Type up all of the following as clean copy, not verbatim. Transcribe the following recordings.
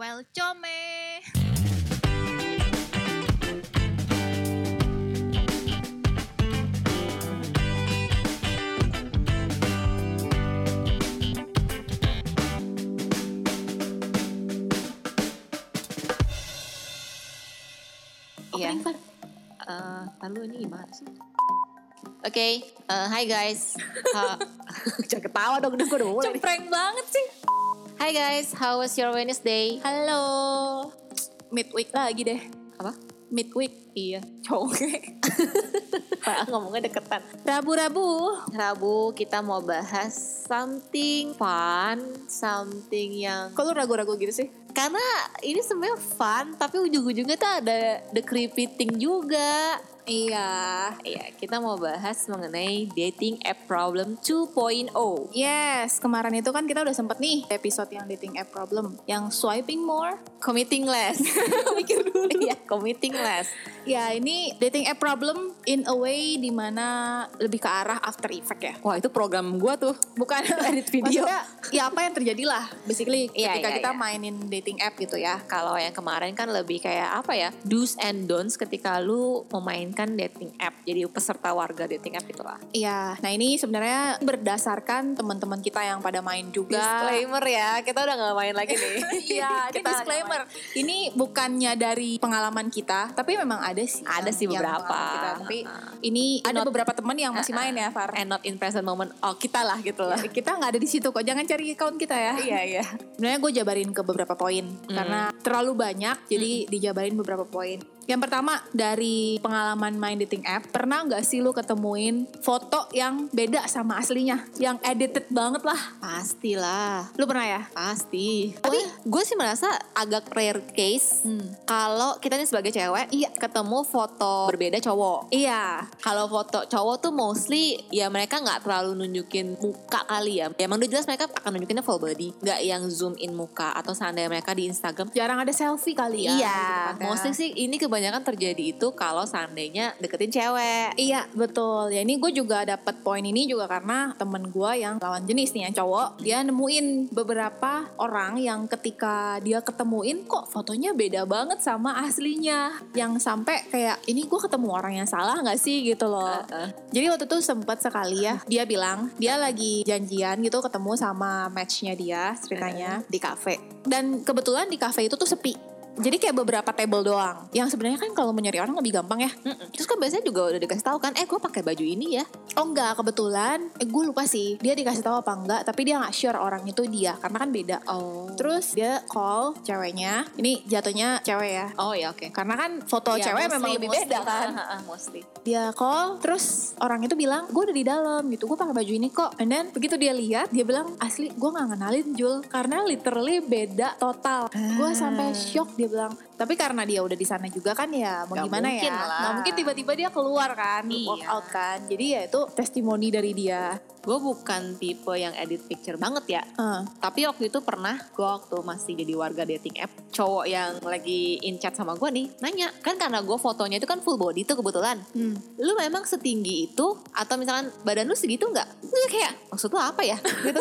Welcome. Iya. Lalu ini gimana sih? Oke, hi guys. Jangan ketawa dong, udah gue udah mulai. Cempreng banget sih. Hi guys, how was your Wednesday? Halo. Midweek lagi deh. Apa? Midweek. Iya. Conge. Ngomongnya deketan. Rabu. Kita mau bahas something fun, something yang Kok lu ragu-ragu gitu sih? karena ini sebenarnya fun, tapi ujung-ujungnya tuh ada the creepy thing juga. Iya. Iya, kita mau bahas mengenai dating app problem 2.0. Yes, kemarin itu kan kita udah sempet nih episode yang dating app problem, yang swiping more, Committing less. mikir dulu. Iya, committing less. Ya, ini dating app problem in a way dimana lebih ke arah after effect ya. Wah, itu program gua tuh. Bukan Edit video. Maksudnya, ya apa yang terjadi lah basically Iya, ketika iya, kita iya. mainin dating app gitu ya. Kalau yang kemarin kan lebih kayak apa ya, do's and don'ts ketika lu memainkan dating app. Jadi peserta warga dating app itulah. Iya, nah ini sebenarnya berdasarkan teman-teman kita yang pada main juga. Disclaimer ya, kita udah gak main lagi nih. Iya, ini Kita disclaimer. Ini bukannya dari pengalaman kita, tapi memang ada sih. Ada sih yang beberapa. pengalaman kita. Tapi ini ada Not- beberapa teman yang masih main ya, Far. And not in present moment. Oh, kita lah gitu lah. Kita nggak ada di situ kok. Jangan cari account kita ya. Iya. Sebenarnya gue jabarin ke beberapa poin karena terlalu banyak, jadi dijabarin beberapa poin. Yang pertama, dari pengalaman main dating app, pernah nggak sih lu ketemuin foto yang beda sama aslinya, yang edited banget lah? Pastilah. Lu pernah ya? Pasti. Tapi gue sih merasa agak rare case kalau kita nih sebagai cewek ketemu foto berbeda cowok. Iya. Kalau foto cowok tuh mostly ya mereka nggak terlalu nunjukin muka kali ya. Ya emang udah jelas mereka akan nunjukinnya full body, nggak yang zoom in muka atau seandainya mereka di Instagram. Jarang ada selfie kali ya. Iya, gitu kan, mostly sih ini kebanyakan terjadi itu kalau seandainya deketin cewek. Iya, betul. Ya ini gue juga dapat poin ini juga karena temen gue yang lawan jenis nih, yang cowok, dia nemuin beberapa orang yang ketika dia ketemuin kok fotonya beda banget sama aslinya, yang sampai kayak ini gue ketemu orang yang salah nggak sih gitu loh. Jadi waktu itu sempat sekali ya, dia bilang dia lagi janjian gitu ketemu sama matchnya dia ceritanya di kafe, dan kebetulan di kafe itu tuh sepi. Jadi kayak beberapa table doang. Yang sebenarnya kan kalau mau nyari orang lebih gampang ya. Terus kan biasanya juga udah dikasih tahu kan, gue pakai baju ini ya. Oh enggak, kebetulan gue lupa sih dia dikasih tahu apa enggak, tapi dia nggak sure orang itu dia karena kan beda. Terus dia call ceweknya, ini jatuhnya cewek ya, Oh ya oke. karena kan foto Ya, cewek mostly, memang lebih mostly. beda kan. Mostly. Dia call, terus orang itu bilang gue udah di dalam gitu, gue pakai baju ini kok. And then begitu dia lihat, dia bilang asli gue nggak ngenalin Jul, karena literally beda total. Gue sampai shock, dia bilang. Tapi karena dia udah di sana juga kan ya mau Gak gimana mungkin ya, lah. nggak mungkin tiba-tiba dia keluar kan, walk Iya. out kan. Jadi ya itu testimoni dari dia. Gue bukan tipe yang edit picture banget ya. Tapi waktu itu pernah gue waktu masih jadi warga dating app, cowok yang lagi in chat sama gue nih nanya, kan karena gue fotonya itu kan full body tuh kebetulan. Lu memang setinggi itu atau misalkan badan lu segitu nggak? Gue kayak maksud lu apa ya? Gitu.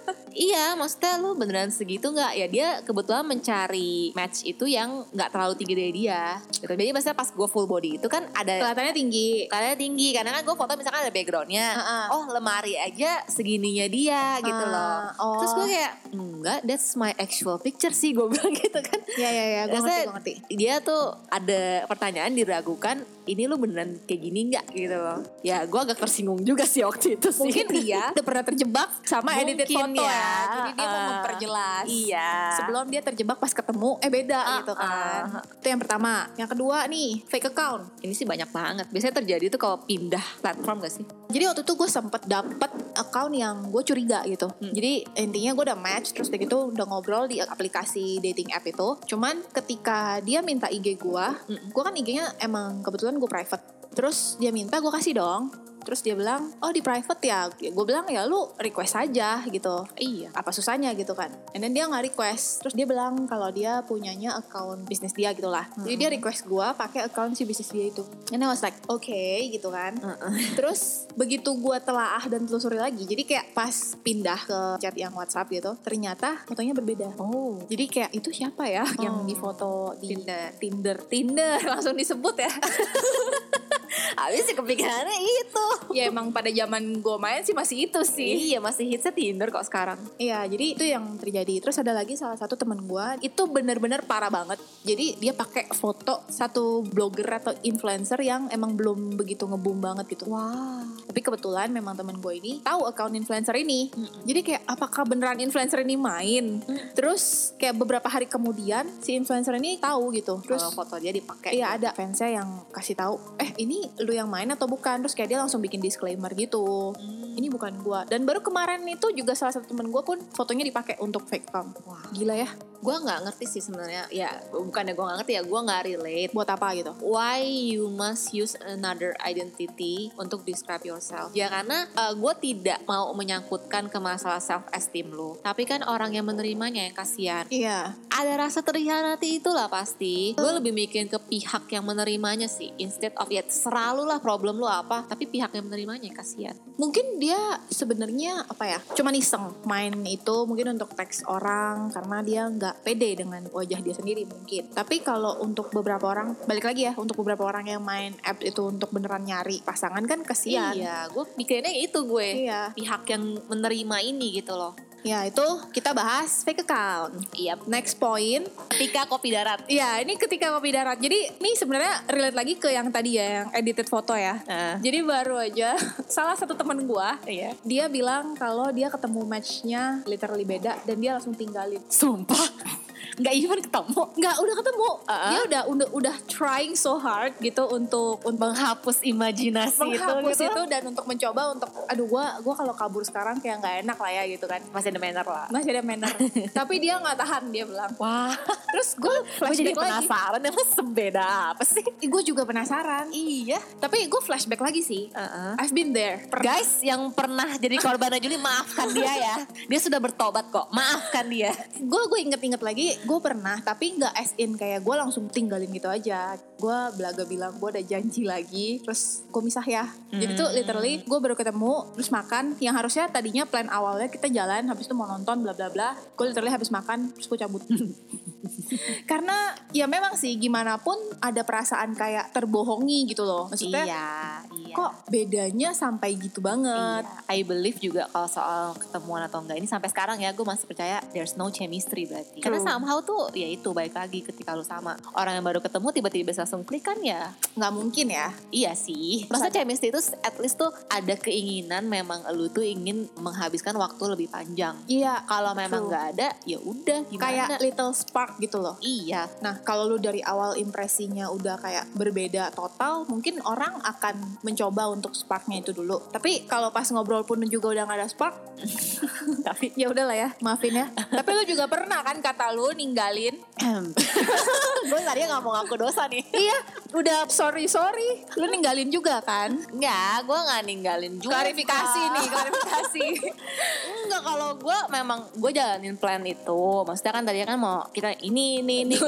Iya, maksudnya lu beneran segitu nggak? Ya dia kebetulan mencari match itu yang nggak terlalu tinggi dari dia. Gitu. Jadi maksudnya pas gue full body itu kan ada Kelihatannya tinggi. karena kan gue foto misalkan ada backgroundnya. Oh lemari aja segininya dia gitu loh. Terus gue kayak enggak, that's my actual picture sih, gue bilang gitu kan. Ya, gue Biasanya ngerti. dia tuh ada pertanyaan diragukan, ini lu beneran kayak gini nggak gitu loh. Ya gue agak tersinggung juga sih waktu itu sih. Mungkin dia udah pernah terjebak sama Mungkin edited foto ya. ya. Jadi dia mau memperjelas. Iya. Sebelum dia terjebak pas ketemu beda gitu kan. Itu yang pertama. Yang kedua nih, fake account. Ini sih banyak banget. Biasanya terjadi tuh kalau pindah platform gak sih? Jadi waktu itu gue sempet dapet account yang gue curiga gitu. Jadi intinya gue udah match, terus udah gitu udah ngobrol di aplikasi dating app itu. Cuman ketika dia minta IG gue kan IG-nya emang kebetulan gue private. Terus dia minta gue kasih dong. Terus dia bilang, oh di private ya. Gue bilang ya lu request aja gitu. Iya. Apa susahnya gitu kan. And then dia gak request. Terus dia bilang kalau dia punyanya account bisnis dia gitu lah. Jadi dia request gue pakai account si bisnis dia itu. And I was like, okay gitu kan. Terus begitu gue telaah dan telusuri lagi. Jadi kayak pas pindah ke chat yang WhatsApp gitu, ternyata fotonya berbeda. Oh. Jadi kayak itu siapa ya yang di foto di Tinder langsung disebut ya. Habis sih kepikirannya itu. Ya emang pada zaman gue main sih masih itu sih. Iya, masih hitsnya Tinder kok sekarang. Iya, jadi itu yang terjadi. Terus ada lagi salah satu teman gue, itu benar-benar parah banget. Jadi dia pakai foto satu blogger atau influencer yang emang belum begitu nge-boom banget gitu. Wah. Tapi kebetulan memang teman gue ini tahu account influencer ini. Jadi kayak apakah beneran influencer ini main? Terus kayak beberapa hari kemudian si influencer ini tahu gitu. Terus kalau foto dia dipakai. Iya, ada fansnya yang kasih tahu, ini lu yang main atau bukan? Terus kayak dia langsung bikin disclaimer gitu. Ini bukan gua. Dan baru kemarin itu juga salah satu temen gua pun fotonya dipakai untuk fake account. Wah, gila ya. Gue nggak ngerti sih sebenarnya. Ya bukannya gue nggak ngerti ya, gue nggak relate. Buat apa gitu? Why you must use another identity untuk describe yourself? Ya karena gue tidak mau menyangkutkan ke masalah self esteem lo. Tapi kan orang yang menerimanya yang kasihan. Iya. Ada rasa terhianati itulah pasti. Gue lebih mikirin ke pihak yang menerimanya sih, instead of ya selalu lah problem lo apa, tapi pihak yang menerimanya yang kasihan. Mungkin dia sebenarnya apa ya? Cuma iseng main itu mungkin untuk teks orang karena dia nggak pede dengan wajah dia sendiri mungkin. Tapi kalau untuk beberapa orang, balik lagi ya, untuk beberapa orang yang main apps itu untuk beneran nyari pasangan kan kasihan. Iya, gue mikirinnya itu gue. Iya. Pihak yang menerima ini gitu loh. Ya itu kita bahas fake account. Iya. Next point, ketika kopi darat. Iya, ini ketika kopi darat. Jadi ini sebenarnya relate lagi ke yang tadi ya, yang edited foto ya. Jadi baru aja salah satu temen gua, dia bilang kalau dia ketemu matchnya literally beda dan dia langsung tinggalin. Sumpah. Nggak even ketemu. Nggak, udah ketemu. Dia udah trying so hard gitu untuk menghapus imajinasi itu dan untuk mencoba untuk aduh gua kalau kabur sekarang kayak nggak enak lah ya gitu kan. Masih ada manner lah. Masih ada manner. Tapi dia nggak tahan, dia bilang. Wah. Terus gue flashback lagi. Penasaran emang sebeda apa sih? Gue juga penasaran. Iya. Tapi gue flashback lagi sih. I've been there. Guys yang pernah jadi korban Juli, maafkan dia ya. Dia sudah bertobat kok. Maafkan dia. Gue inget-inget lagi. Gue pernah, tapi nggak as in kayak gue langsung tinggalin gitu aja. Gue belaga bilang gue ada janji lagi, terus gue misah ya. Jadi tuh literally gue baru ketemu, terus makan. Yang harusnya tadinya plan awalnya kita jalan, habis itu mau nonton bla bla bla. Gue literally habis makan, terus gue cabut. Karena ya memang sih gimana pun ada perasaan kayak terbohongi gitu loh. Maksudnya iya. Kok bedanya sampai gitu banget. Iya. I believe juga kalau soal ketemuan atau enggak ini sampai sekarang ya gue masih percaya there's no chemistry berarti. True. Karena somehow tuh ya itu balik lagi ketika lu sama orang yang baru ketemu tiba-tiba bisa langsung klik kan ya nggak mungkin ya. Iya sih. Masa chemistry itu at least tuh ada keinginan memang lu tuh ingin menghabiskan waktu lebih panjang. Iya. Kalau memang nggak ada ya udah gimana. Kayak little spark gitu loh. Iya. Nah kalau lu dari awal impresinya udah kayak berbeda total, mungkin orang akan mencoba untuk sparknya itu dulu. Tapi kalau pas ngobrol pun juga udah gak ada spark, tapi ya udahlah ya, maafin ya. Tapi lu juga pernah kan kata lu ninggalin. Gue tadinya gak mau ngaku dosa nih. Iya, udah sorry. Lu ninggalin juga kan? Enggak, gue gak ninggalin juga. Klarifikasi. Enggak, kalau gue memang gue jalanin plan itu. Maksudnya kan tadinya kan mau kita ini gitu.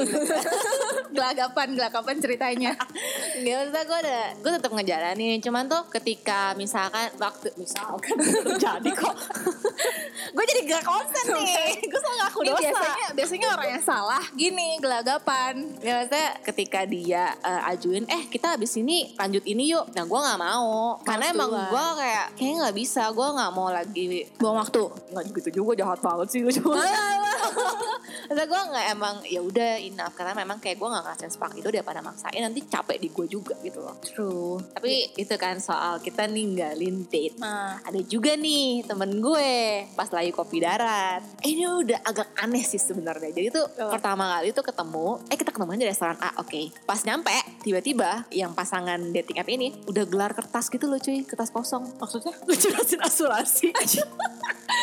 Gelagapan ceritanya. Enggak, maksudnya gue tetap ngejalanin. Cuman tuh ketika misalkan terjadi kok. Gue jadi gak konsen nih. Gue selalu ngaku dosa. Biasanya orang yang salah gini, gelagapan. Ya maksudnya ketika dia ajuin kita habis ini lanjut ini yuk. Nah gue gak mau. Karena emang gue kayaknya gak bisa. Gue gak mau lagi buang waktu. Gak gitu juga, jahat banget sih gue cuma. Maksudnya gue gak emang ya udah enough. Karena memang kayak gue gak ngerasain spark itu daripada maksain nanti capek di gue juga gitu loh. True. Tapi itu kan soal kita ninggalin date. Ada juga nih temen gue pas lagi kopi darat. Ini udah agak aneh sih sebenarnya. Jadi tuh pertama kali tuh ketemu, kita ketemu di restoran A, oke. Pas nyampe, tiba-tiba yang pasangan dating app ini udah gelar kertas gitu loh cuy, kertas kosong. Maksudnya? Gue jelasin asuransi. Tuh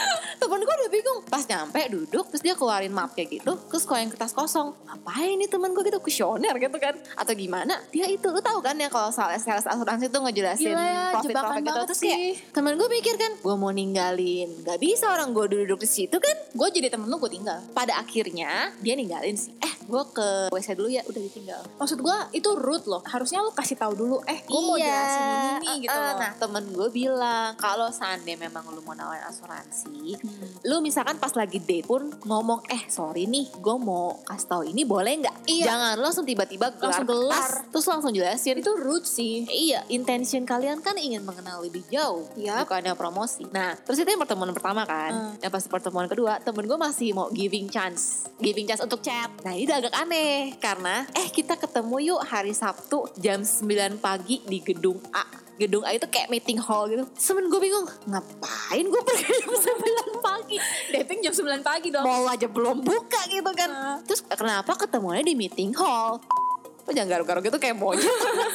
temen gue udah bingung. Pas nyampe duduk, terus dia keluarin mapnya gitu, terus keluarin kertas kosong. Ngapain nih temen gue gitu, kuesioner gitu kan, atau gimana? Dia itu, lu tahu kan ya kalau sales asuransi tuh ngejelasin profit gitu. Terus kayak temen gue mikir kan, gue mau ninggalin, gak bisa orang gue duduk di situ kan. Gue jadi temen lu, gue tinggal. Pada akhirnya dia ninggalin sih. Gue ke WC dulu ya, udah ditinggal. Maksud gue itu rude loh. Harusnya lu kasih tahu dulu. Gue mau jelasin ini gitu loh. Nah temen gue bilang, kalau seandainya memang lu mau nawarin asuransi, lu misalkan pas lagi date pun ngomong, sorry nih, gue mau kasih tahu ini boleh nggak? Jangan lu langsung tiba-tiba gelar, terus langsung jelasin. Itu rude sih. Iya, intention kalian kan ingin mengenal lebih jauh, bukannya promosi. Nah, terus itu yang pertemuan pertama kan. Yang pas pertemuan kedua, temen gue masih mau giving chance untuk chat. Nah ini agak aneh karena kita ketemu yuk hari Sabtu jam 9 pagi di gedung A. Gedung A itu kayak meeting hall gitu. Temen gue bingung, ngapain gue pergi jam 9 pagi? Dating jam 9 pagi dong. Mall aja belum buka gitu kan. Terus kenapa ketemuannya di meeting hall? Lo jangan garuk-garuk gitu kayak monyet.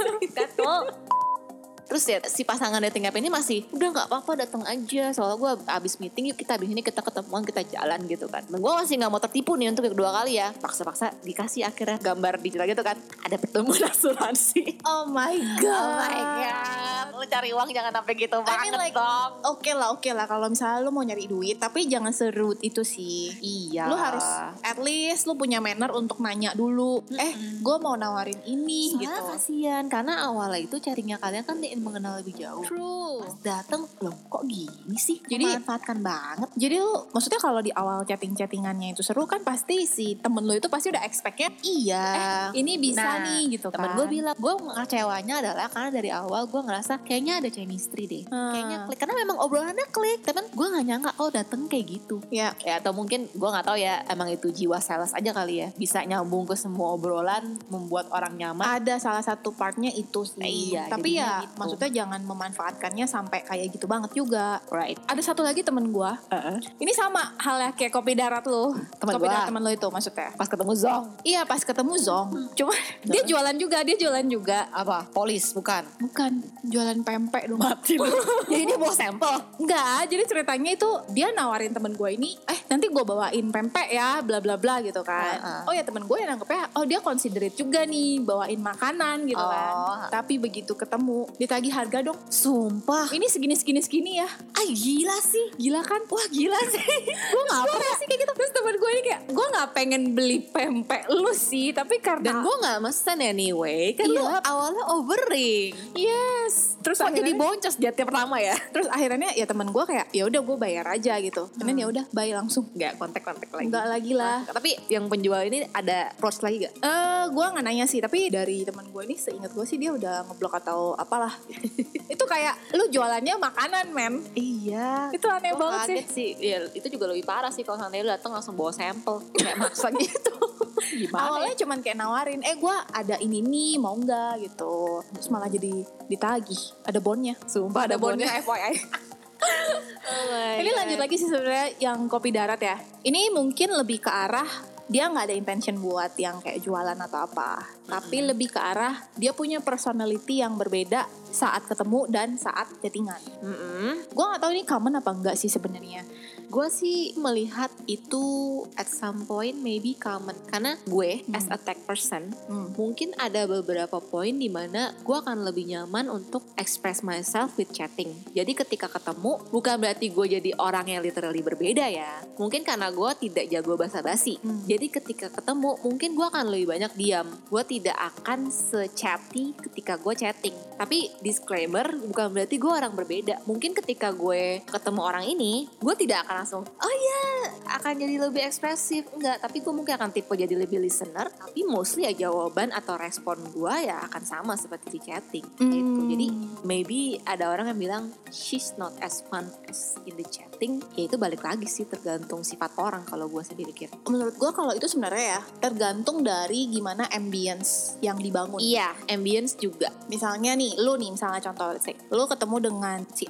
Terus ya si pasangan dating app ini masih udah gak apa-apa datang aja, soalnya gue abis meeting, yuk kita abis ini kita ketemuan, kita jalan gitu kan. Dan gue masih gak mau tertipu nih untuk kedua kali ya. Paksa-paksa dikasih akhirnya gambar digital gitu kan, ada pertemuan asuransi. Oh my god. Lu cari uang jangan sampai gitu banget dong. Oke lah kalau misalnya lu mau nyari duit, tapi jangan serut itu sih. Iya, lu harus at least lu punya manner untuk nanya dulu. Gue mau nawarin ini. Soalnya gitu kasian, karena awalnya itu carinya kalian kan mengenal lebih jauh. True. Pas dateng, loh kok gini sih? Jadi memanfaatkan banget. Jadi lu maksudnya kalau di awal chattingannya itu seru kan, pasti si temen lu itu pasti udah expect-nya ini bisa nih gitu kan. Temen gue bilang, gue ngecewanya adalah karena dari awal gue ngerasa kayaknya ada chemistry deh. Kayaknya klik, karena memang obrolannya klik. Temen gue gak nyangka dateng kayak gitu. Ya atau mungkin gue gak tahu ya, emang itu jiwa sales aja kali ya, bisa nyambung ke semua obrolan, membuat orang nyaman. Ada salah satu partnya itu sih. Tapi ya gitu. Maksudnya jangan memanfaatkannya sampai kayak gitu banget juga. Right. Ada satu lagi temen gue. Ini sama halnya kayak kopi darat lo. Kopi darat temen lo itu maksudnya. Pas ketemu Zong. Iya pas ketemu Zong. Cuma dia jualan juga. Apa? Polis? Bukan. Jualan pempek dong. Mati lu. Ya ini bawa sampel. Enggak. Jadi ceritanya itu dia nawarin temen gue ini, nanti gue bawain pempek ya, bla bla bla gitu kan. Oh ya temen gue yang nanggepnya, dia considerate juga nih bawain makanan gitu kan. Tapi begitu ketemu ditagih harga dong. Sumpah. Ini segini ya. Gila sih. Gila kan? Wah gila sih. Gue gak pernah sih kayak gitu. Terus temen gue ini kayak, gue gak pengen beli pempek lu sih, tapi karena dan gue gak mesen anyway. Kan lu awalnya overing. Yes. Terus akhirnya jadi boncos jatnya pertama ya. Terus akhirnya ya temen gue kayak, ya udah gue bayar aja gitu. Dan ya udah bye langsung. Gak kontak-kontak lagi. Gak lagi lah. Tapi yang penjual ini ada approach lagi gak? Gue gak nanya sih. Tapi dari temen gue ini seingat gue sih dia udah ngeblok atau apalah. Itu kayak lu jualannya makanan men. Iya. Itu aneh banget sih. Ya itu juga lebih parah sih kalau sampai lu datang langsung bawa sampel kayak maksa gitu. Gimana? Awalnya cuman kayak nawarin, gue ada ini nih mau nggak gitu. Terus malah jadi ditagih. Ada bonnya. Sumpah ada bonnya FYI. Ini lanjut lagi sih sebenarnya yang kopi darat ya. Ini mungkin lebih ke arah dia nggak ada intention buat yang kayak jualan atau apa, tapi lebih ke arah dia punya personality yang berbeda saat ketemu dan saat chattingan. Gue nggak tahu ini common apa enggak sih sebenarnya. Gue sih melihat itu at some point maybe common, karena gue as a tech person mungkin ada beberapa poin di mana gue akan lebih nyaman untuk express myself with chatting. Jadi ketika ketemu bukan berarti gue jadi orang yang literally berbeda ya. Mungkin karena gue tidak jago basa-basi. Jadi ketika ketemu mungkin gue akan lebih banyak diam. Gue tidak akan se-chatty ketika gue chatting. Tapi disclaimer, bukan berarti gue orang berbeda. Mungkin ketika gue ketemu orang ini, gue tidak akan langsung akan jadi lebih ekspresif. Enggak, tapi gue mungkin akan tipe jadi lebih listener. Tapi mostly ya jawaban atau respon gue ya akan sama seperti di chatting gitu. Jadi maybe ada orang yang bilang she's not as fun as in the chatting. Ya itu balik lagi sih, tergantung sifat orang kalau gue sendiri pikir. Menurut gue kalau itu sebenarnya ya tergantung dari gimana ambience yang dibangun. Iya, ambience juga. Misalnya nih, lu nih misalnya contoh, let's say, lu ketemu dengan si A.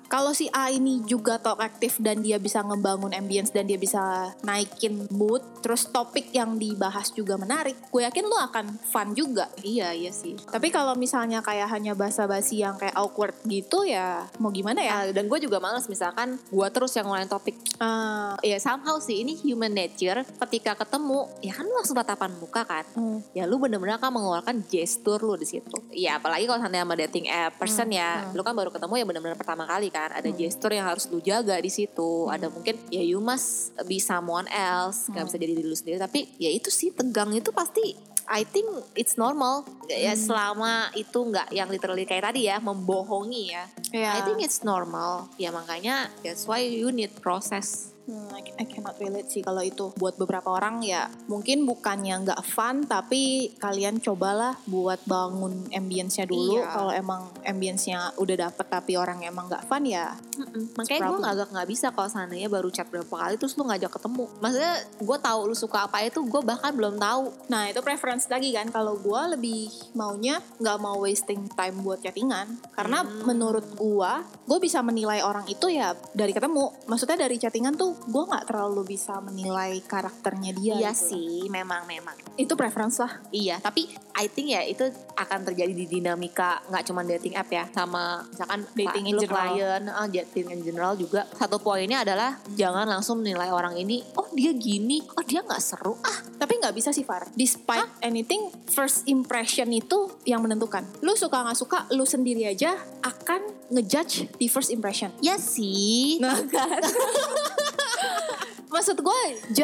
kalau si A ini juga talk aktif dan dia bisa ngebangun ambience dan dia bisa naikin mood, terus topik yang dibahas juga menarik, gue yakin lu akan fun juga. Iya sih. Tapi kalau misalnya kayak hanya basa-basi yang kayak awkward gitu ya mau gimana ya. Dan gue juga males misalkan gue terus yang ngulain topik. Ya somehow sih ini human nature. Ketika ketemu ya kan lu langsung tatapan muka kan. Ya lu bener-bener akan mengeluarkan gestur lu di situ. Ya apalagi kalau sama dating app person ya. Lu kan baru ketemu ya bener-bener pertama kali kan. Ada gestur yang harus lu jaga di situ. Ada mungkin ya you must be someone else. Gak bisa jadi diri lu sendiri. Tapi ya itu sih tegang itu pasti I think it's normal. Ya selama itu gak yang literally kayak tadi ya membohongi ya. I think it's normal. Ya makanya that's why you need process. I cannot relate sih kalau itu. Buat beberapa orang ya mungkin bukannya gak fun, tapi kalian cobalah buat bangun ambience-nya dulu. Kalau emang ambience-nya udah dapet tapi orang emang gak fun ya makanya gue agak gak bisa kalau seandainya baru chat berapa kali terus lu ngajak ketemu. Maksudnya gue tahu lu suka apa itu gue bahkan belum tahu. Nah itu preference lagi kan. Kalau gue lebih maunya gak mau wasting time buat chattingan. Karena menurut gue bisa menilai orang itu ya dari ketemu. Maksudnya dari chattingan tuh gue gak terlalu bisa menilai karakternya dia. Iya gitu sih memang itu preference lah. Iya tapi I think ya itu akan terjadi di dinamika gak cuma dating app ya, sama misalkan dating in general, klien, dating in general juga. Satu poinnya adalah jangan langsung menilai orang ini, oh dia gini, oh dia gak seru. Tapi gak bisa sih Far, despite anything, first impression itu yang menentukan. Lu suka gak suka, lu sendiri aja akan ngejudge di first impression. Ya sih. Nah kan maksud gue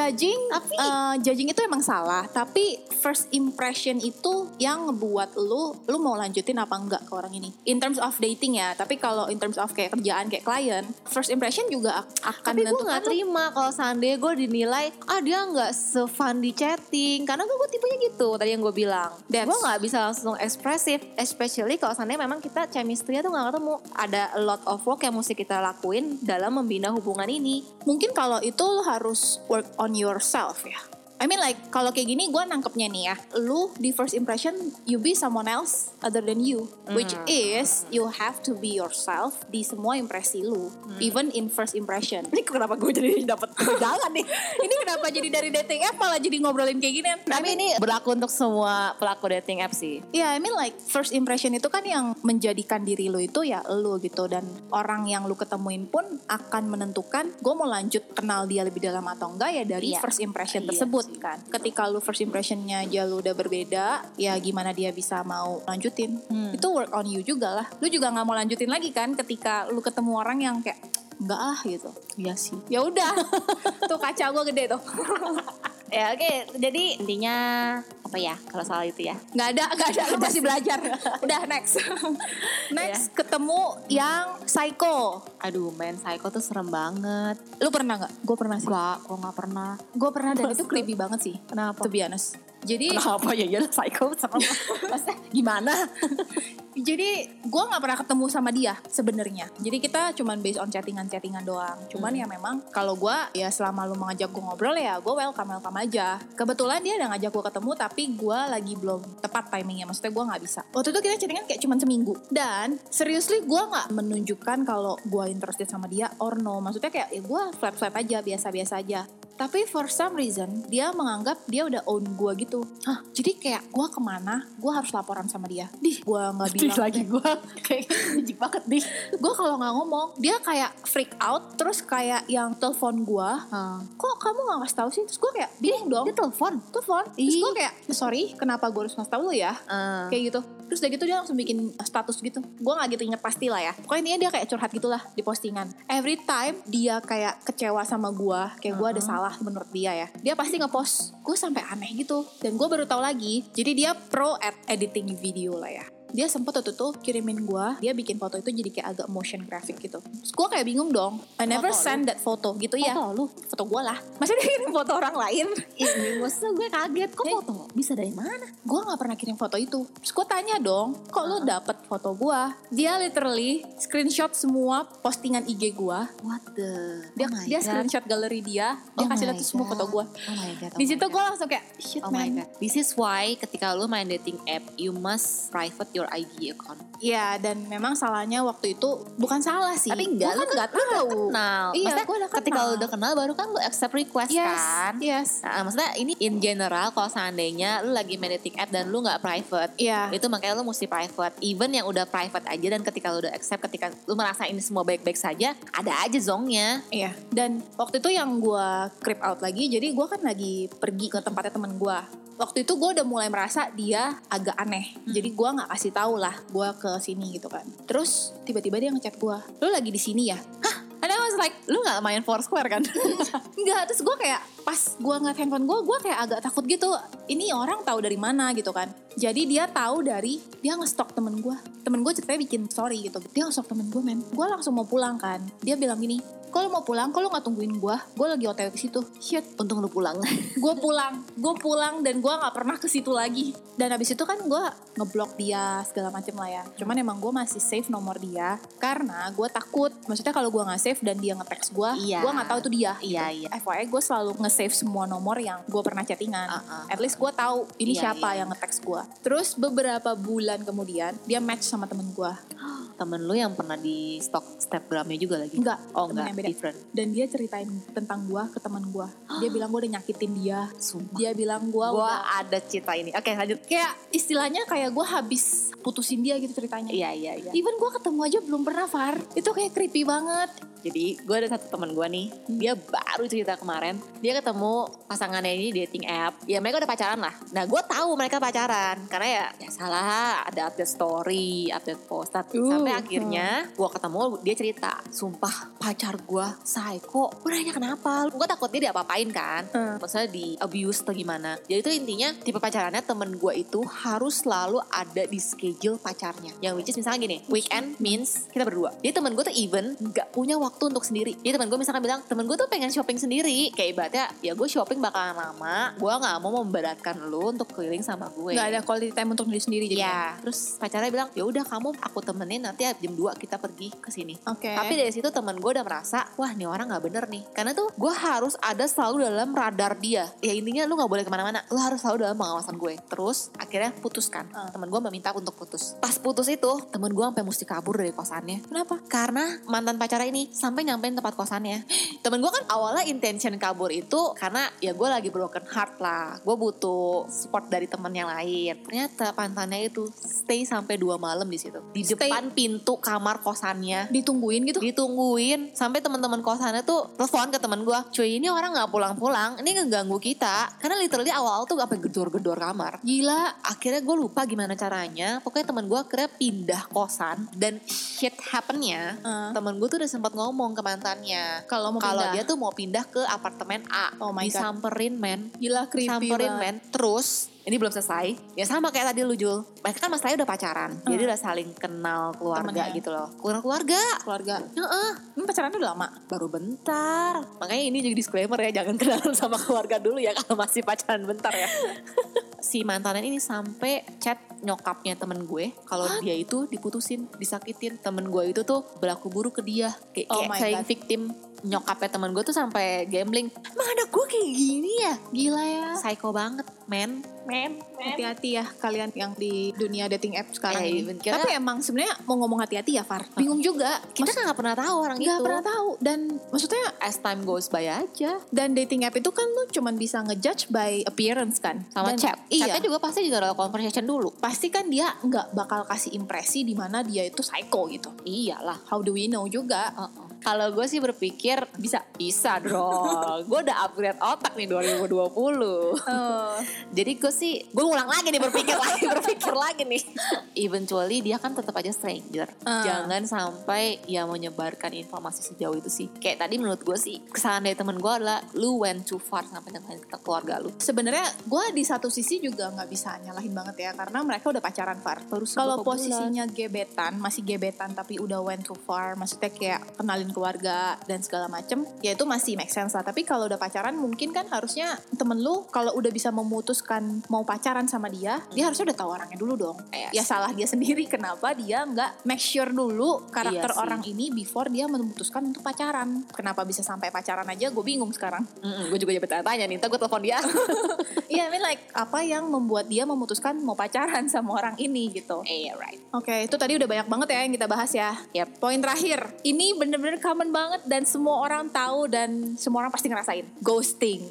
judging itu emang salah, tapi first impression itu yang ngebuat lu mau lanjutin apa enggak ke orang ini. In terms of dating ya, tapi kalau in terms of kayak kerjaan kayak klien, first impression juga akan tapi menentukan. Tapi gue gak terima kalau seandainya gue dinilai dia gak se-fun di chatting, karena gue tipenya gitu tadi yang gue bilang. Gue gak bisa langsung ekspresif, especially kalau seandainya memang kita chemistry-nya tuh gak ketemu. Ada a lot of work yang mesti kita lakuin dalam membina hubungan ini. Mungkin kalau itu lo harus work on yourself ya. I mean like kalau kayak gini gue nangkepnya nih ya, lu di first impression you be someone else other than you, which is you have to be yourself di semua impresi lu, even in first impression. Ini kenapa gue jadi dapet jangan nih? Ini kenapa jadi dari dating app malah jadi ngobrolin kayak gini? Tapi ini berlaku untuk semua pelaku dating app sih. Yeah, I mean like first impression itu kan yang menjadikan diri lu itu ya lu gitu, dan orang yang lu ketemuin pun akan menentukan gue mau lanjut kenal dia lebih dalam atau enggak ya dari first impression tersebut. Kan ketika lu first impressionnya aja lu udah berbeda, ya gimana dia bisa mau lanjutin. Itu work on you juga lah. Lu juga nggak mau lanjutin lagi kan ketika lu ketemu orang yang kayak enggak gitu. Iya sih. Ya udah tuh kaca gue gede tuh. Ya oke. Jadi intinya apa ya kalau soal itu ya? Nggak ada. Lu masih belajar. Udah next. Ketemu yang psycho. Aduh main psycho tuh serem banget. Lu pernah nggak? Gue pernah sih. Gue nggak pernah. Gue pernah dan itu creepy banget sih. Kenapa? To be honest. Jadi kenapa ya psycho serem? Maksudnya gimana? Jadi gue nggak pernah ketemu sama dia sebenarnya. Jadi kita cuman based on chattingan doang. Cuman ya memang kalau gue ya selama lu mengajak gue ngobrol ya gue welcome aja. Kebetulan dia udah ngajak gue ketemu tapi gue lagi belum tepat timingnya. Maksudnya gue nggak bisa. Waktu itu kita chattingan kayak cuman seminggu. Dan seriously gue nggak menunjukkan kalau gue interested sama dia or no. Maksudnya kayak ya gue flat aja, biasa aja. Tapi for some reason dia menganggap dia udah own gue gitu. Jadi kayak gue kemana gue harus laporan sama dia. Gue nggak bilang lagi gue kayak jijik banget nih. Gue kalau nggak ngomong dia kayak freak out, terus kayak yang telepon gue. Kok kamu nggak ngasih tahu sih? Terus gue kayak bingung dong. Dia telepon. Terus gue kayak sorry kenapa gue harus ngasih tahu lu ya? Kayak gitu. Terus udah gitu dia langsung bikin status gitu. Gue gak gitu inget pasti lah ya. Pokoknya dia kayak curhat gitulah di postingan. Every time dia kayak kecewa sama gue, kayak gue ada salah menurut dia ya, dia pasti ngepost. Gue sampai aneh gitu. Dan gue baru tahu lagi, jadi dia pro at editing video lah ya. Dia sempet waktu tuh kirimin gue, dia bikin foto itu jadi kayak agak motion graphic gitu. Terus gue kayak bingung dong, I never send that photo gitu ya. Foto gue lah. Masa dia kirim foto orang lain? Ini maksudnya gue kaget, kok foto bisa dari mana? Gue gak pernah kirim foto itu. Terus gue tanya dong, kok lu dapet foto gue? Dia literally screenshot semua postingan IG gue. What the? Dia screenshot galeri dia kasih lihat semua foto gue. Di situ gue langsung kayak shit man. This is why ketika lu main dating app, you must private your your IG account. Iya, dan memang salahnya waktu itu bukan salah sih. Tapi enggak, lu kan nggak tahu. Kenal. Iya, maksudnya gue udah kenal. ketika lu udah kenal baru kan lu accept request kan. Yes. Nah, maksudnya ini in general kalau seandainya lu lagi main dating app dan lu nggak private, itu makanya lu mesti private. Even yang udah private aja dan ketika lu udah accept, ketika lu merasa ini semua baik-baik saja, ada aja zongnya. Iya. Dan waktu itu yang gue creep out lagi, jadi gue kan lagi pergi ke tempatnya teman gue. Waktu itu gue udah mulai merasa dia agak aneh. Jadi gue gak kasih tahu lah gue ke sini gitu kan. Terus tiba-tiba dia ngechat gue, "Lu lagi di sini ya?" Hah? And I was like, lu gak main Foursquare kan? Enggak. Terus gue kayak pas gue ngeliat handphone gue kayak agak takut gitu. Ini orang tahu dari mana gitu kan. Jadi dia tahu dari, dia nge-stalk temen gue. Temen gue ceritanya bikin story gitu. Dia nge-stalk temen gue, men. Gue langsung mau pulang kan. Dia bilang gini, "Kalau mau pulang, kalau nggak tungguin gue lagi OTW ke situ." Shit, untung lu pulang. Gue pulang dan gue nggak pernah ke situ lagi. Dan abis itu kan gue ngeblok dia segala macem lah ya. Cuman emang gue masih save nomor dia karena gue takut. Maksudnya kalau gue nggak save dan dia nge-text gue nggak tahu itu dia. Iya. FYI gue selalu nge-save semua nomor yang gue pernah chattingan. At least gue tahu ini siapa yang nge-text gue. Terus beberapa bulan kemudian dia match sama temen gue. Temen lu yang pernah di stok Snapgramnya juga lagi? Enggak. Oh enggak, different. Dan dia ceritain tentang gue ke teman gue. Dia bilang gue udah nyakitin dia. Sumpah. Dia bilang gue ada cerita ini. Oke, lanjut. Kayak istilahnya kayak gue habis putusin dia gitu ceritanya. Iya. Even gue ketemu aja belum pernah, Far. Itu kayak creepy banget. Jadi gue ada satu teman gue nih, dia baru cerita kemarin, dia ketemu pasangannya ini di dating app. Ya mereka udah pacaran lah. Nah gue tahu mereka pacaran karena ya salah, ada update story, update post. Sampai akhirnya gue ketemu, dia cerita, "Sumpah pacar gue psycho." Gue nanya kenapa? Gue takut dia diapa-apain kan, maksudnya di abuse atau gimana. Jadi itu intinya tipe pacarannya temen gue itu harus selalu ada di schedule pacarnya. Yang which is misalnya gini, weekend means kita berdua. Jadi temen gue tuh even gak punya waktu untuk sendiri. Jadi temen gue misalkan bilang, temen gue tuh pengen shopping sendiri. Kayak ibaratnya, ya gue shopping bakalan lama, gue gak mau memberatkan lu untuk keliling sama gue. Gak ada quality time untuk diri sendiri jadi. Ya, terus pacarnya bilang, "Ya udah kamu aku temenin, nanti jam 2 kita pergi ke sini." Oke. Tapi dari situ temen gue udah merasa, wah nih orang gak bener nih. Karena tuh gue harus ada selalu dalam radar dia. Ya intinya lu gak boleh kemana-mana, lu harus selalu dalam pengawasan gue. Terus akhirnya putuskan. Temen gue meminta untuk putus. Pas putus itu, temen gue sampai mesti kabur dari kosannya. Kenapa? Karena mantan pacarnya ini sampai nyampein tempat kosannya. Temen gue kan awalnya intention kabur itu karena ya gue lagi broken heart lah. Gue butuh support dari temen yang lain. Ternyata mantannya itu stay sampai 2 malam di situ. Di depan pintu kamar kosannya. Ditungguin gitu? Ditungguin. Sampai teman-teman kosannya tuh telepon ke temen gue, "Cuy, ini orang gak pulang-pulang, ini ngeganggu kita." Karena literally awal tuh sampai gedor-gedor kamar. Gila. Akhirnya gue lupa gimana caranya. Pokoknya temen gue akhirnya pindah kosan. Dan shit happennya, temen gue tuh udah sempat ngomong ke mantannya kalau dia tuh mau pindah ke apartemen A. Oh my God. Disamperin, men. Gila, creepy Samperin, banget. men. Terus ini belum selesai. Ya sama kayak tadi lu, Jul. Mereka kan masalahnya udah pacaran. Jadi udah saling kenal keluarga Temennya. gitu loh. Keluarga. Pacaran udah lama? Baru bentar. Makanya ini jadi disclaimer ya, jangan kenalan sama keluarga dulu ya kalau masih pacaran bentar ya. Si mantannya ini sampai chat nyokapnya temen gue kalau dia itu diputusin, disakitin. Temen gue itu tuh berlaku buruk ke dia. Kayak saying victim. Nyokapnya temen gue tuh sampai gambling. Emang anak gue kayak gini ya? Gila ya. Psycho banget, men. Hati-hati ya kalian yang di dunia dating app sekarang ini. Tapi emang sebenarnya mau ngomong hati-hati ya, Far. Bingung juga. Kita kan gak pernah tahu orang itu. Gak pernah tahu. Dan maksudnya as time goes by aja. Dan dating app itu kan lu cuman bisa ngejudge by appearance kan. Sama chat. Iya. Chatnya juga pasti general conversation dulu. Pasti kan dia gak bakal kasih impresi di mana dia itu psycho gitu. Iyalah. How do we know juga. Kalau gue sih berpikir bisa dong. Gue udah upgrade otak nih 2020. Jadi gue ngulang lagi nih berpikir lagi nih. Eventually dia kan tetap aja stranger. Jangan sampai ya menyebarkan informasi sejauh itu sih. Kayak tadi menurut gue sih kesalahan dari temen gue adalah lu went too far sampai dengan keluarga lu. Sebenarnya gue di satu sisi juga nggak bisa nyalahin banget ya karena mereka udah pacaran, Far. Kalau posisinya masih gebetan tapi udah went too far, maksudnya kayak kenalin keluarga dan segala macem, ya itu masih make sense lah. Tapi kalau udah pacaran mungkin kan harusnya temen lu kalau udah bisa memutuskan mau pacaran sama dia, dia harusnya udah tahu orangnya dulu dong. Ya salah dia sendiri kenapa dia nggak make sure dulu karakter orang ini before dia memutuskan untuk pacaran. Kenapa bisa sampai pacaran aja, gue bingung sekarang. Gue juga bertanya-tanya nih, ntar gue telepon dia. Iya, I mean like apa yang membuat dia memutuskan mau pacaran sama orang ini gitu. Right. Oke, itu tadi udah banyak banget ya yang kita bahas ya. Yep. Poin terakhir, ini bener-bener common banget dan semua orang tahu dan semua orang pasti ngerasain. Ghosting.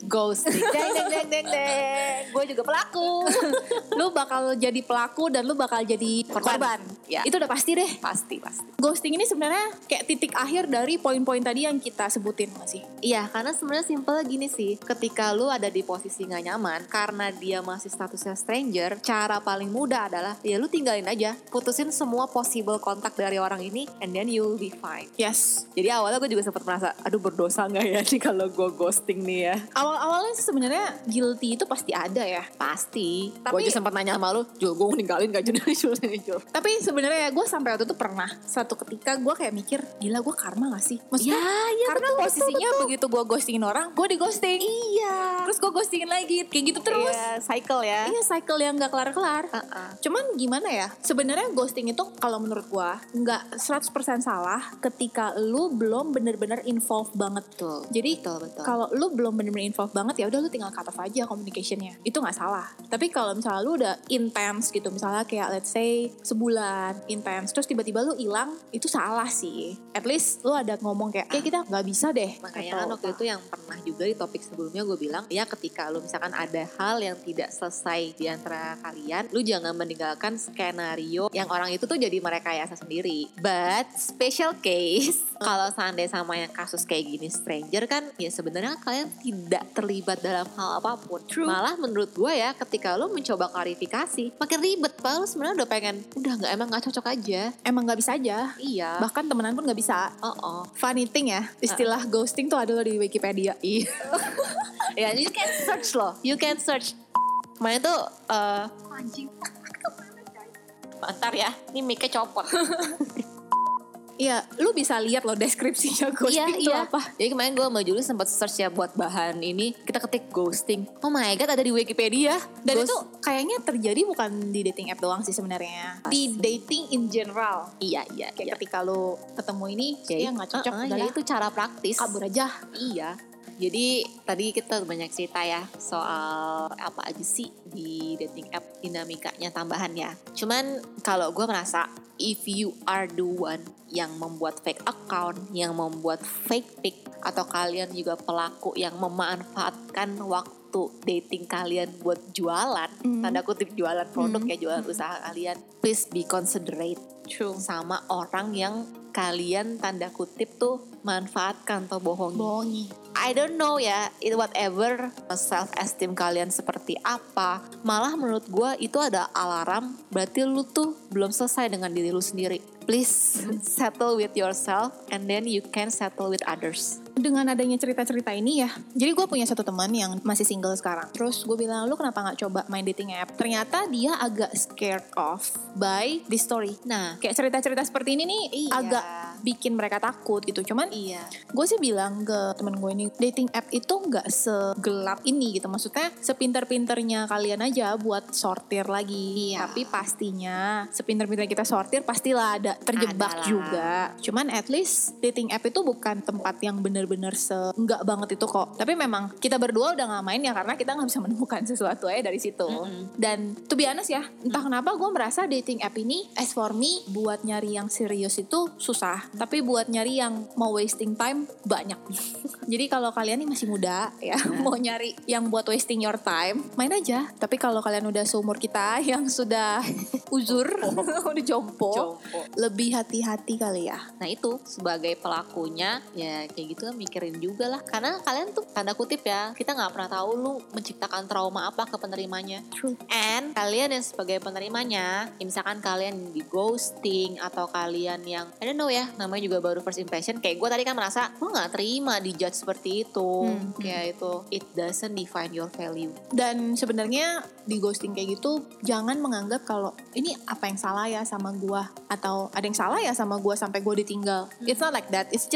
Deng. Gue juga pelaku. Lu bakal jadi pelaku dan lu bakal jadi korban. Ya. Itu udah pasti deh. Pasti. Ghosting ini sebenarnya kayak titik akhir dari poin-poin tadi yang kita sebutin gak sih? Iya, karena sebenarnya simpel gini sih. Ketika lu ada di posisi gak nyaman karena dia masih statusnya stranger, cara paling mudah adalah ya lu tinggalin aja. Putusin semua possible kontak dari orang ini and then you'll be fine. Yes. Jadi awalnya gue juga sempat merasa, aduh berdosa gak ya nih kalau gue ghosting nih ya. Awal-awalnya sih sebenarnya guilty itu pasti ada ya. Pasti. Tapi gue juga sempat nanya sama lu, Jul, gue ninggalin gak Jul? Tapi sebenarnya ya gue sampai waktu itu pernah satu ketika gue kayak mikir, gila gue karma gak sih? Maksudnya karena betul, posisinya betul. Begitu gue ghostingin orang, gue di ghosting. Iya. Terus gue ghostingin lagi, kayak gitu terus. Iya, cycle ya. Iya, cycle yang gak kelar-kelar. Cuman gimana ya, sebenarnya ghosting itu kalau menurut gue gak 100% salah ketika lu belum bener-bener involved banget. Betul. Jadi betul. Kalau lu belum bener-bener involved banget, ya udah lu tinggal cut off aja communicationnya. Itu gak salah. Tapi kalau misalnya lu udah intense gitu, misalnya kayak let's say sebulan intense, terus tiba-tiba lu hilang, itu salah sih. At least lu ada ngomong kayak kita gak bisa deh. Makanya kan waktu itu yang pernah juga di topik sebelumnya gue bilang, ya ketika lu misalkan ada hal yang tidak selesai di antara kalian, lu jangan meninggalkan skenario yang orang itu tuh jadi merekayasa sendiri. But special case, kalau seandainya sama yang kasus kayak gini stranger kan, ya sebenarnya kalian tidak terlibat dalam hal apapun. True. Malah menurut gue ya, ketika lu mencoba klarifikasi, makin ribet. Padahal lu sebenarnya udah pengen, emang gak cocok aja. Emang gak bisa aja. Iya. Bahkan temenan pun gak bisa. Funny thing ya, istilah ghosting tuh ada loh di Wikipedia. Iya. Ya, you can search loh. You can search. Kemarin tuh anjing. Bentar ya, ini mic-nya copot. Iya, lu bisa lihat loh deskripsinya ghosting itu apa. Jadi kemarin gue sama Juli sempat search ya buat bahan ini. Kita ketik ghosting. Oh my god, ada di Wikipedia. Dan itu kayaknya terjadi bukan di dating app doang sih sebenarnya. Di dating in general. Iya. Kayak ketika lu ketemu ini, ya nggak cocok. Jadi itu cara praktis. Kabur aja. Iya. Jadi tadi kita banyak cerita ya soal apa aja sih di dating app dinamikanya tambahan ya. Cuman kalau gue merasa if you are the one yang membuat fake account, yang membuat fake pic, atau kalian juga pelaku yang memanfaatkan waktu dating kalian buat jualan, tanda kutip jualan produk ya, jualan usaha kalian, please be considerate. True. Sama orang yang kalian tanda kutip tuh manfaatkan atau bohongi. I don't know ya, whatever self esteem kalian seperti apa, malah menurut gue itu ada alarm, berarti lu tuh belum selesai dengan diri lu sendiri. Please settle with yourself and then you can settle with others. Dengan adanya cerita-cerita ini ya, jadi gue punya satu teman yang masih single sekarang. Terus gue bilang, lu kenapa gak coba main dating app? Ternyata dia agak scared off by this story. Nah, kayak cerita-cerita seperti ini nih agak bikin mereka takut gitu. Cuman gue sih bilang ke temen gue ini, dating app itu gak segelap ini gitu. Maksudnya sepinter-pinternya kalian aja buat sortir lagi. Tapi pastinya sepinter-pinter kita sortir pastilah ada terjebak juga. Cuman at least dating app itu bukan tempat yang bener-bener enggak banget itu kok. Tapi memang kita berdua udah gak main ya karena kita gak bisa menemukan sesuatu aja dari situ. Dan to be honest ya, entah kenapa gue merasa dating app ini as for me, buat nyari yang serius itu susah. Tapi buat nyari yang mau wasting time banyak. Jadi kalau kalian nih masih muda ya, mau nyari yang buat wasting your time, main aja. Tapi kalau kalian udah seumur kita yang sudah uzur, udah jompo, lebih hati-hati kali ya. Nah itu sebagai pelakunya ya kayak gitu kan mikirin juga lah. Karena kalian tuh tanda kutip ya, kita gak pernah tahu lu menciptakan trauma apa ke penerimanya. True. And kalian yang sebagai penerimanya, ya misalkan kalian di ghosting atau kalian yang I don't know ya, namanya juga baru first impression. Kayak gue tadi kan merasa gue gak terima di judge seperti itu. Kayak itu, it doesn't define your value. Dan sebenarnya di ghosting kayak gitu jangan menganggap kalau ini apa yang salah ya sama gue, atau ada yang salah ya sama gue sampai gue ditinggal. It's not like that. It's just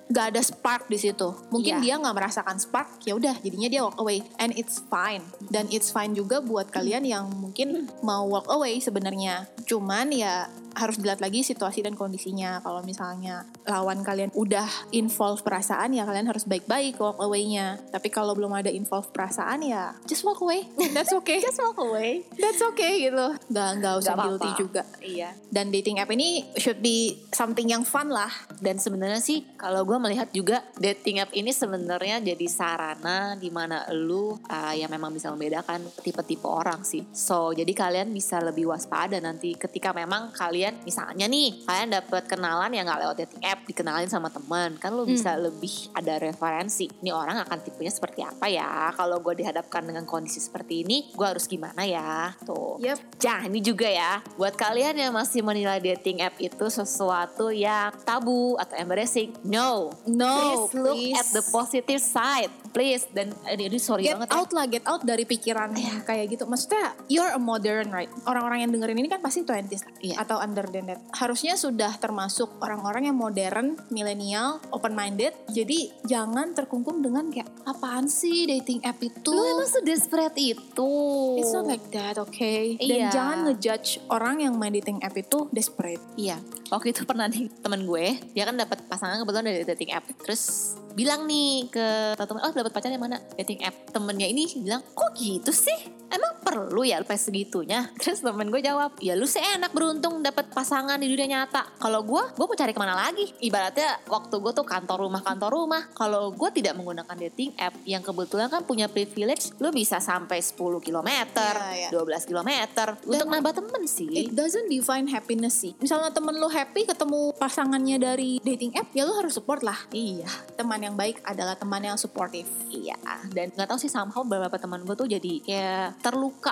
gak ada spark di situ. Mungkin Iya. dia nggak merasakan spark, ya udah jadinya dia walk away, and it's fine. Dan it's fine juga buat kalian yang mungkin mau walk away sebenarnya. Cuman ya harus dilihat lagi situasi dan kondisinya. Kalau misalnya lawan kalian udah involve perasaan, ya kalian harus baik-baik walk away-nya. Tapi kalau belum ada involve perasaan, ya just walk away. That's okay. Just walk away. That's okay gitu. Gak usah Gak guilty apa-apa. juga. Iya. Dan dating app ini should be something yang fun lah. Dan sebenarnya sih kalau gue melihat juga dating app ini sebenarnya jadi sarana di mana lu yang memang bisa membedakan tipe-tipe orang sih. So jadi kalian bisa lebih waspada nanti ketika memang kalian misalnya nih kalian dapet kenalan yang nggak lewat dating app, dikenalin sama teman, kan lu bisa lebih ada referensi. Ini orang akan tipenya seperti apa ya? Kalau gue dihadapkan dengan kondisi seperti ini, gue harus gimana ya? Tuh. Yep. Nah ini juga ya, buat kalian yang masih menilai dating app itu sesuatu yang tabu atau embarrassing, no, please look at the positive side, please. Dan ini sorry Get banget out lah, get out dari pikiran kayak gitu. Maksudnya you're a modern, right? Orang-orang yang dengerin ini kan pasti 20s atau under than that. Harusnya sudah termasuk orang-orang yang modern, milenial, open minded. Jadi jangan terkungkung dengan kayak apaan sih dating app itu? Lu emang se-desperate itu. It's not like that, okay? Dan Iya. jangan ngejudge orang yang main dating app itu desperate. Iya, waktu itu pernah nih temen gue, dia kan dapat pasangan kebetulan dari dating app. Terus bilang nih ke temen, oh dapat pacar yang mana? Dating app. Temennya ini bilang, kok gitu sih? Emang perlu ya sampai segitunya? Terus temen gue jawab, ya lu sih enak beruntung dapat pasangan di dunia nyata. Kalau gue mau cari kemana lagi? Ibaratnya waktu gue tuh kantor rumah. Kalau gue tidak menggunakan dating app yang kebetulan kan punya privilege, lu bisa sampai 10 kilometer, Iya. 12 kilometer untuk nambah temen sih. It doesn't define happiness sih. Misalnya temen lu happy ketemu pasangannya dari dating app, ya lu harus support lah. Iya. Teman yang baik adalah teman yang supportive. Iya, dan nggak tahu sih somehow beberapa teman gue tuh jadi kayak terluka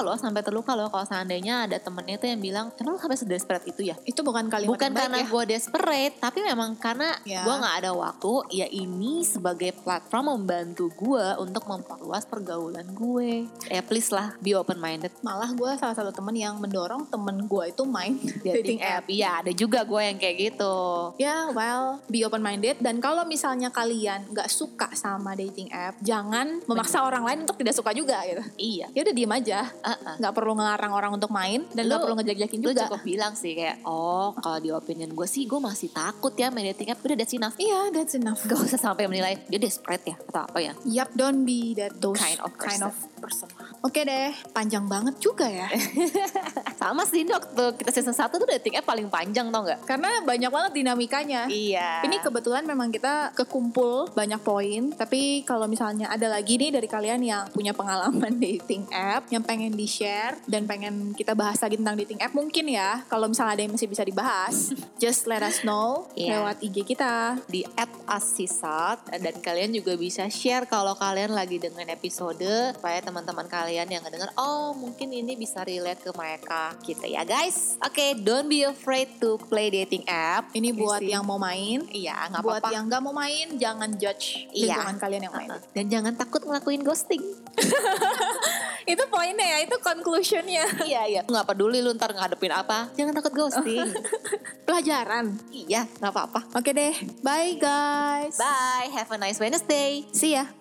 loh kalau seandainya ada temennya tuh yang bilang, emang lu sampai sedesperate itu ya? Itu bukan kalimat Bukan yang baik karena ya. gue desperate, tapi memang karena Ya. gue nggak ada waktu. Ya ini sebagai platform membantu gue untuk memperluas pergaulan gue. Ya please lah, be open minded. Malah gue salah satu temen yang mendorong temen gue itu main dating app. Iya, ada juga gue yang kayak gitu. Ya, well, be open minded. Dan kalau misalnya kalian nggak suka sama dating app, jangan memaksa orang lain untuk tidak suka juga gitu. Iya. Ya udah diem aja. Nggak perlu ngelarang orang untuk main dan nggak perlu ngejek-jekin Lu juga. cukup bilang sih kayak, oh kalau di opinion gue sih gue masih takut ya main dating app. Udah that's enough. Iya, that's enough. Gak usah sampai menilai dia desperate ya atau apa ya. Yup, don't be those Kind of person. Oke deh, panjang banget juga ya. Sama sih ini waktu kita season 1 tuh dating app paling panjang tau gak? Karena banyak banget dinamikanya. Iya. Ini kebetulan memang kita kekumpul banyak poin. Tapi kalau misalnya ada lagi nih dari kalian yang punya pengalaman dating app, yang pengen di-share dan pengen kita bahas lagi tentang dating app, mungkin ya. Kalau misalnya ada yang masih bisa dibahas, just let us know lewat IG kita. Di @asisat. Dan kalian juga bisa share kalau kalian lagi dengan episode, supaya teman-teman kalian yang ngedenger, oh mungkin ini bisa relate ke mereka gitu ya guys. Oke, don't be afraid to play dating app. Ini buat yang mau main. Iya, gak Buat apa-apa. yang gak mau main, jangan judge lingkungan kalian yang main. Dan jangan takut ngelakuin ghosting. Itu poinnya ya, itu conclusionnya. Iya. Gak peduli lu ntar ngadepin apa, jangan takut ghosting. Pelajaran. Iya, gak apa-apa. Oke deh, bye guys. Bye, have a nice Wednesday. See ya.